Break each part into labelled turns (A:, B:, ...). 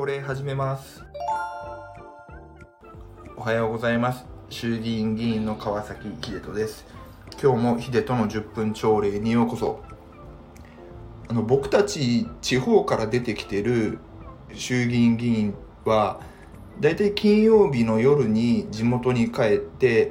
A: 朝礼始めます。おはようございます。衆議院議員の川崎秀人です。今日も秀人の10分朝礼にようこそ。僕たち地方から出てきてる衆議院議員はだいたい金曜日の夜に地元に帰って、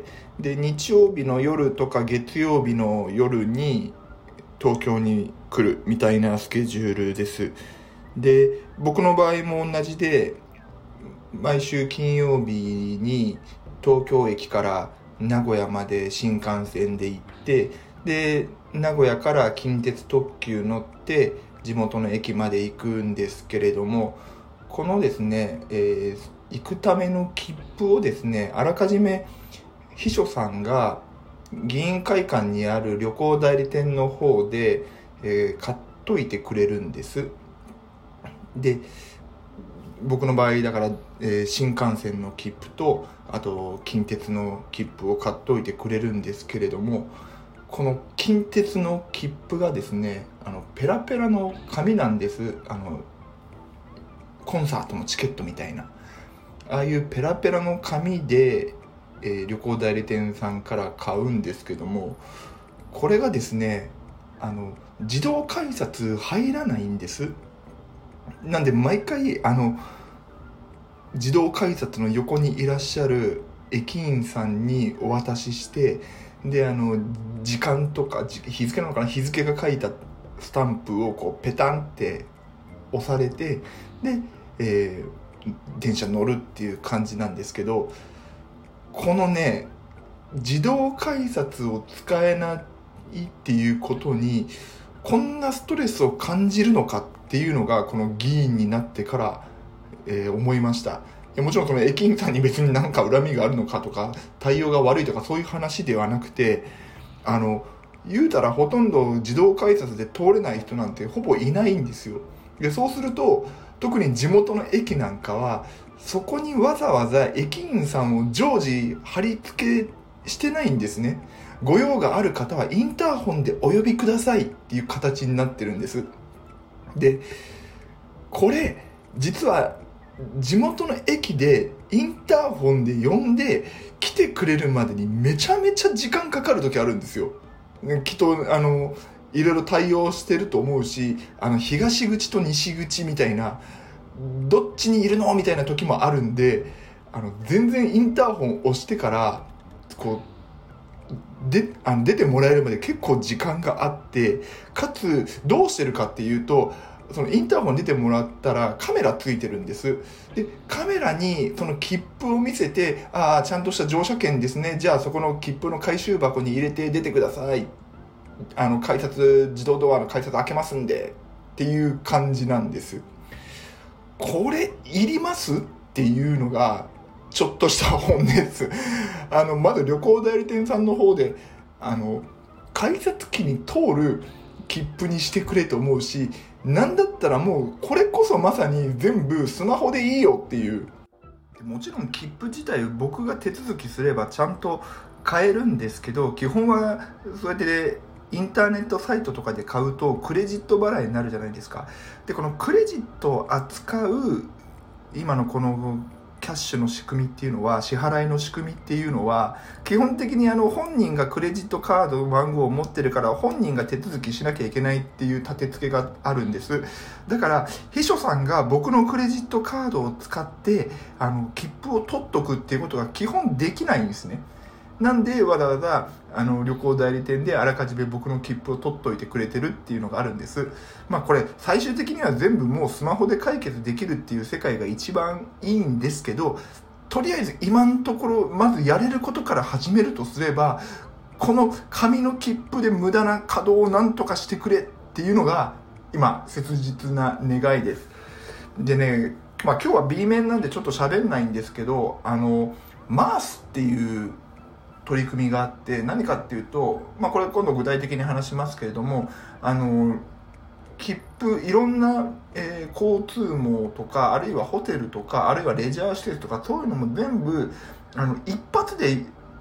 A: で日曜日の夜とか月曜日の夜に東京に来るみたいなスケジュールです。で僕の場合も同じで、毎週金曜日に東京駅から名古屋まで新幹線で行って、で名古屋から近鉄特急乗って地元の駅まで行くんですけれども、このですね、行くための切符をですね、あらかじめ秘書さんが議員会館にある旅行代理店の方で、買っといてくれるんです。で僕の場合だから、新幹線の切符とあと近鉄の切符を買っといてくれるんですけれども、この近鉄の切符がですね、ペラペラの紙なんです。コンサートのチケットみたいな、ああいうペラペラの紙で、旅行代理店さんから買うんですけども、これがですね、自動改札入らないんです。なんで毎回自動改札の横にいらっしゃる駅員さんにお渡しして、で時間とか日付なのかな、日付が書いたスタンプをこうペタンって押されて、で、電車乗るっていう感じなんですけど、このね、自動改札を使えないっていうことにこんなストレスを感じるのかっていうのが、この議員になってから、思いました。もちろんその駅員さんに別に何か恨みがあるのかとか対応が悪いとかそういう話ではなくて、言うたらほとんど自動改札で通れない人なんてほぼいないんですよ。でそうすると特に地元の駅なんかはそこにわざわざ駅員さんを常時貼り付けしてないんですね。ご用がある方はインターホンでお呼びくださいっていう形になってるんです。でこれ実は地元の駅でインターホンで呼んで来てくれるまでにめちゃめちゃ時間かかる時あるんですよ。きっといろいろ対応してると思うし、東口と西口みたいな、どっちにいるのみたいな時もあるんで、全然インターホン押してからこう出てもらえるまで結構時間があって、かつどうしてるかっていうと、そのインターホン出てもらったらカメラついてるんです。でカメラにその切符を見せて、ちゃんとした乗車券ですね、じゃあそこの切符の回収箱に入れて出てください、自動ドアの改札開けますんでっていう感じなんです。これいりますっていうのがちょっとした本音です。まず旅行代理店さんの方で改札機に通る切符にしてくれと思うし、なんだったらもうこれこそまさに全部スマホでいいよっていう。もちろん切符自体僕が手続きすればちゃんと買えるんですけど、基本はそうやってインターネットサイトとかで買うとクレジット払いになるじゃないですか。でこのクレジットを扱う今のこのキャッシュの仕組みっていうのは、支払いの仕組みっていうのは基本的に本人がクレジットカードの番号を持ってるから本人が手続きしなきゃいけないっていう立て付けがあるんです。だから秘書さんが僕のクレジットカードを使って切符を取っとくっていうことが基本できないんですね。なんでわざわざ旅行代理店であらかじめ僕の切符を取っといてくれてるっていうのがあるんです。これ最終的には全部もうスマホで解決できるっていう世界が一番いいんですけど、とりあえず今のところまずやれることから始めるとすれば、この紙の切符で無駄な稼働をなんとかしてくれっていうのが今切実な願いです。でね、今日は B 面なんでちょっと喋んないんですけど、MaaS っていう取り組みがあって、何かっていうと、これ今度具体的に話しますけれども、切符いろんな、交通網とか、あるいはホテルとか、あるいはレジャー施設とか、そういうのも全部一発で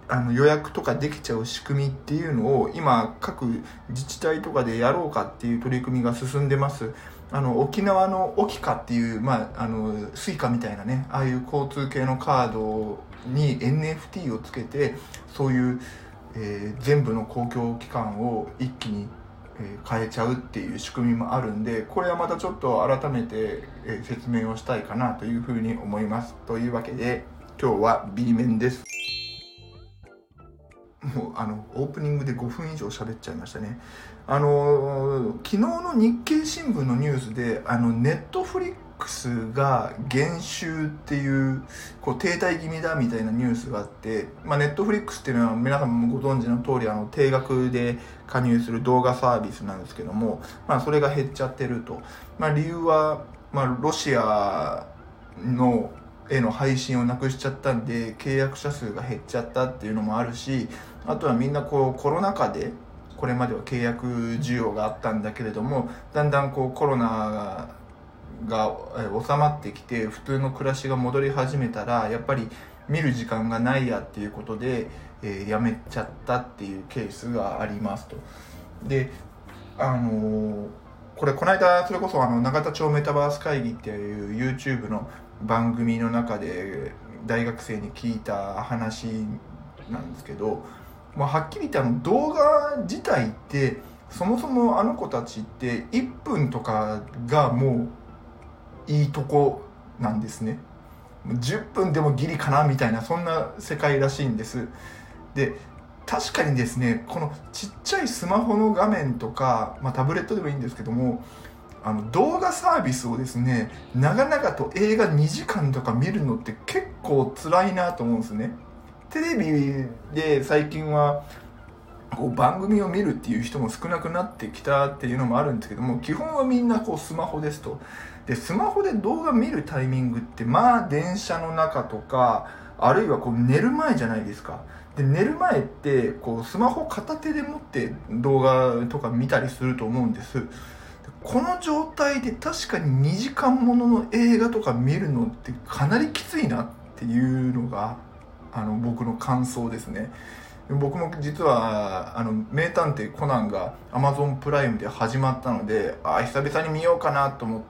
A: 予約とかできちゃう仕組みっていうのを今各自治体とかでやろうかっていう取り組みが進んでます。沖縄のオキカっていう、スイカみたいなね、ああいう交通系のカードに NFT をつけて、そういう、全部の公共機関を一気に、変えちゃうっていう仕組みもあるんで、これはまたちょっと改めて、説明をしたいかなというふうに思います。というわけで今日は B 面です。もうオープニングで5分以上喋っちゃいましたね。昨日の日経新聞のニュースでネットフリックスが減収っていう停滞気味だみたいなニュースがあって、ネットフリックスっていうのは皆さんもご存知の通り定額で加入する動画サービスなんですけども、それが減っちゃってると。理由は、ロシアのへの配信をなくしちゃったんで契約者数が減っちゃったっていうのもあるし、あとはみんなコロナ禍でこれまでは契約需要があったんだけれども、だんだんコロナが収まってきて普通の暮らしが戻り始めたら、やっぱり見る時間がないやっていうことで、やめちゃったっていうケースがありますと。でこの間それこそ永田町メタバース会議っていう YouTube の番組の中で大学生に聞いた話なんですけど、はっきり言って動画自体ってそもそも子たちって1分とかがもういいとこなんですね。10分でもギリかなみたいな、そんな世界らしいんです。で確かにですね、このちっちゃいスマホの画面とか、タブレットでもいいんですけども、動画サービスをですね長々と映画2時間とか見るのって結構辛いなと思うんですね。テレビで最近は番組を見るっていう人も少なくなってきたっていうのもあるんですけども、基本はみんなスマホですと。でスマホで動画見るタイミングって電車の中とか、あるいは寝る前じゃないですか。で寝る前ってスマホ片手で持って動画とか見たりすると思うんです。この状態で確かに2時間ものの映画とか見るのってかなりきついなっていうのが僕の感想ですね。僕も実は名探偵コナンが Amazon プライムで始まったので、久々に見ようかなと思って、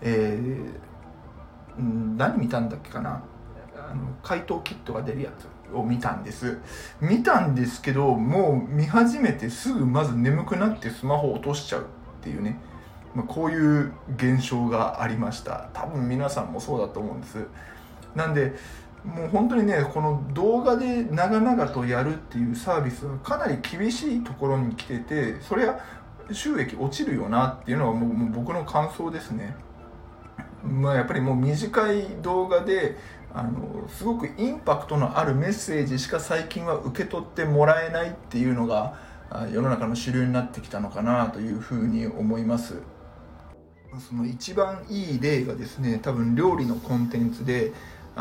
A: 何見たんだっけかな、怪盗キットが出るやつを見たんですけど、もう見始めてすぐまず眠くなってスマホを落としちゃうっていうね、こういう現象がありました。多分皆さんもそうだと思うんです。なんでもう本当にね、この動画で長々とやるっていうサービスはかなり厳しいところに来てて、それは収益落ちるよなっていうのはもう僕の感想ですね。やっぱりもう短い動画ですごくインパクトのあるメッセージしか最近は受け取ってもらえないっていうのが世の中の主流になってきたのかなというふうに思います。その一番いい例がですね、多分料理のコンテンツで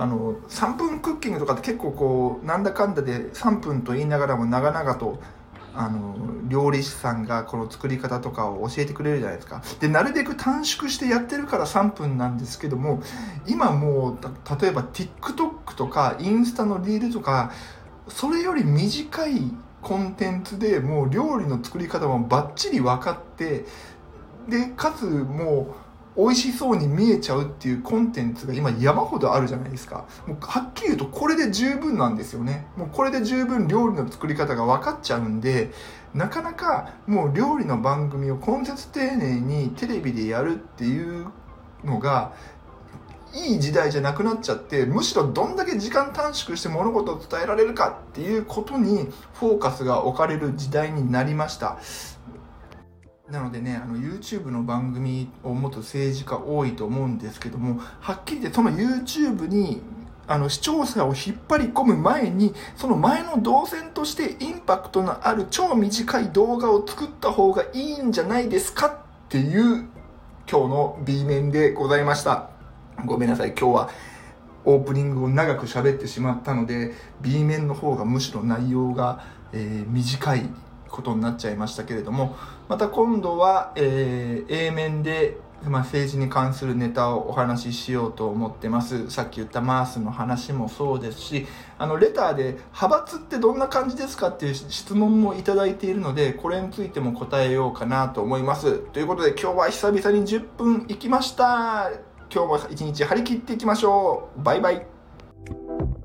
A: 3分クッキングとかって結構なんだかんだで3分と言いながらも長々と料理師さんがこの作り方とかを教えてくれるじゃないですか。でなるべく短縮してやってるから3分なんですけども、今もう例えば TikTok とかインスタのリールとか、それより短いコンテンツでもう料理の作り方もバッチリ分かって、でかつもう美味しそうに見えちゃうっていうコンテンツが今山ほどあるじゃないですか。もうはっきり言うとこれで十分なんですよね。もうこれで十分料理の作り方が分かっちゃうんで、なかなかもう料理の番組を根節丁寧にテレビでやるっていうのがいい時代じゃなくなっちゃって、むしろどんだけ時間短縮して物事を伝えられるかっていうことにフォーカスが置かれる時代になりました。なのでね、YouTube の番組を持つ政治家多いと思うんですけども、はっきり言ってその YouTube に視聴者を引っ張り込む前に、その前の動線としてインパクトのある超短い動画を作った方がいいんじゃないですかっていう今日の B 面でございました。ごめんなさい、今日はオープニングを長く喋ってしまったので B 面の方がむしろ内容が、短いことになっちゃいましたけれども、また今度は、A 面で政治に関するネタをお話ししようと思ってます。さっき言ったマースの話もそうですし、レターで派閥ってどんな感じですかっていう質問もいただいているので、これについても答えようかなと思います。ということで今日は久々に10分いきました。今日も一日張り切っていきましょう。バイバイ。